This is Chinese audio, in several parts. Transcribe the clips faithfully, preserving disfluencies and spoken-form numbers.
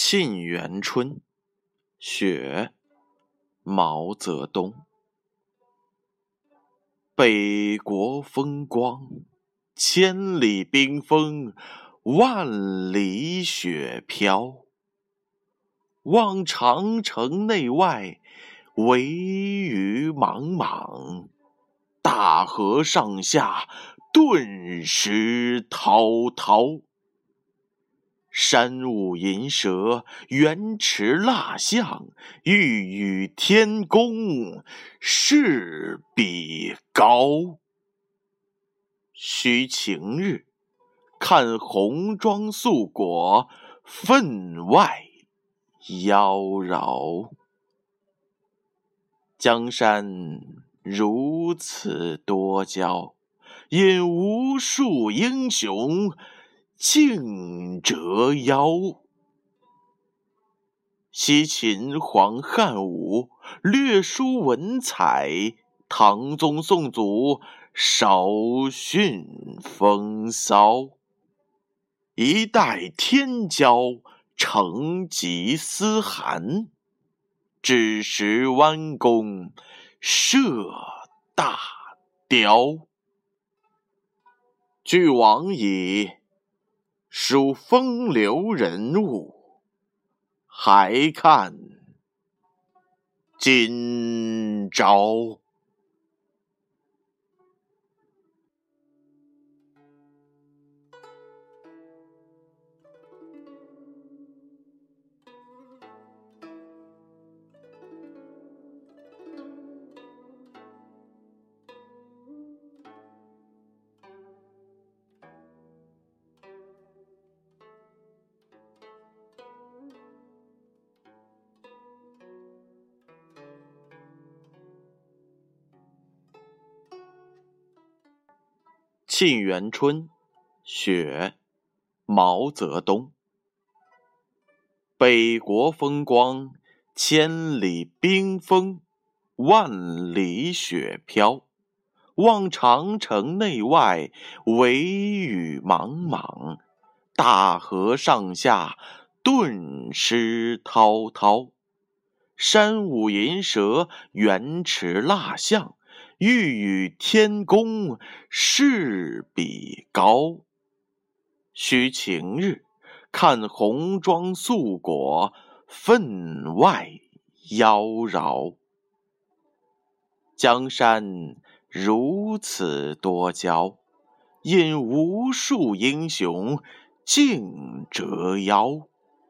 沁园春·雪·毛泽东。北国风光，千里冰封，万里雪飘。望长城内外，惟余莽莽；大河上下，顿失滔滔。山舞银蛇，原驰蜡象，欲与天公试比高。须晴日，看红装素裹，分外妖娆。江山如此多娇，引无数英雄竞折腰。西秦皇汉武，略输文采；唐宗宋祖，稍逊风骚。一代天骄，成吉思汗；只识弯弓，射大雕。俱往矣，数风流人物，还看今朝。沁园春·雪·毛泽东。北国风光，千里冰封，万里雪飘。望长城内外，惟余莽莽；大河上下，顿失滔滔。山舞银蛇，原驰蜡象，欲与天公试比高。须晴日，看红装素裹，分外妖娆。江山如此多娇，引无数英雄竞折腰。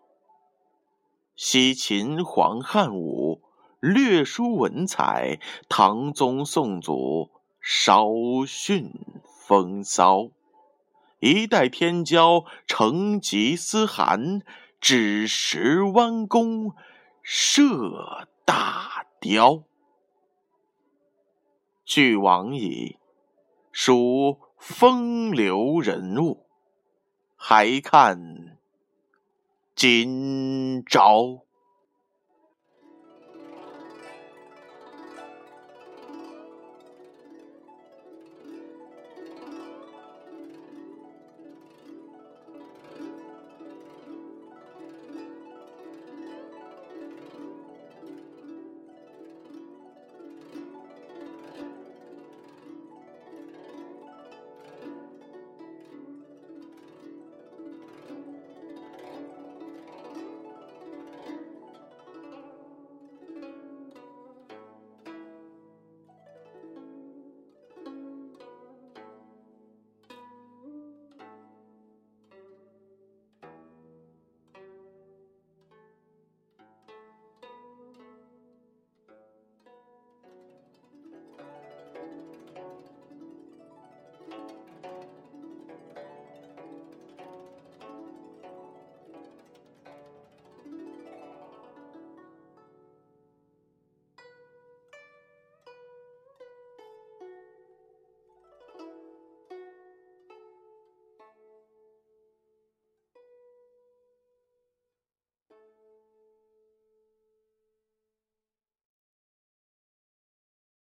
西秦皇汉武，略输文采；唐宗宋祖，稍逊风骚。一代天骄，成吉思汗；只识弯弓，射大雕。俱往矣，数风流人物，还看今朝。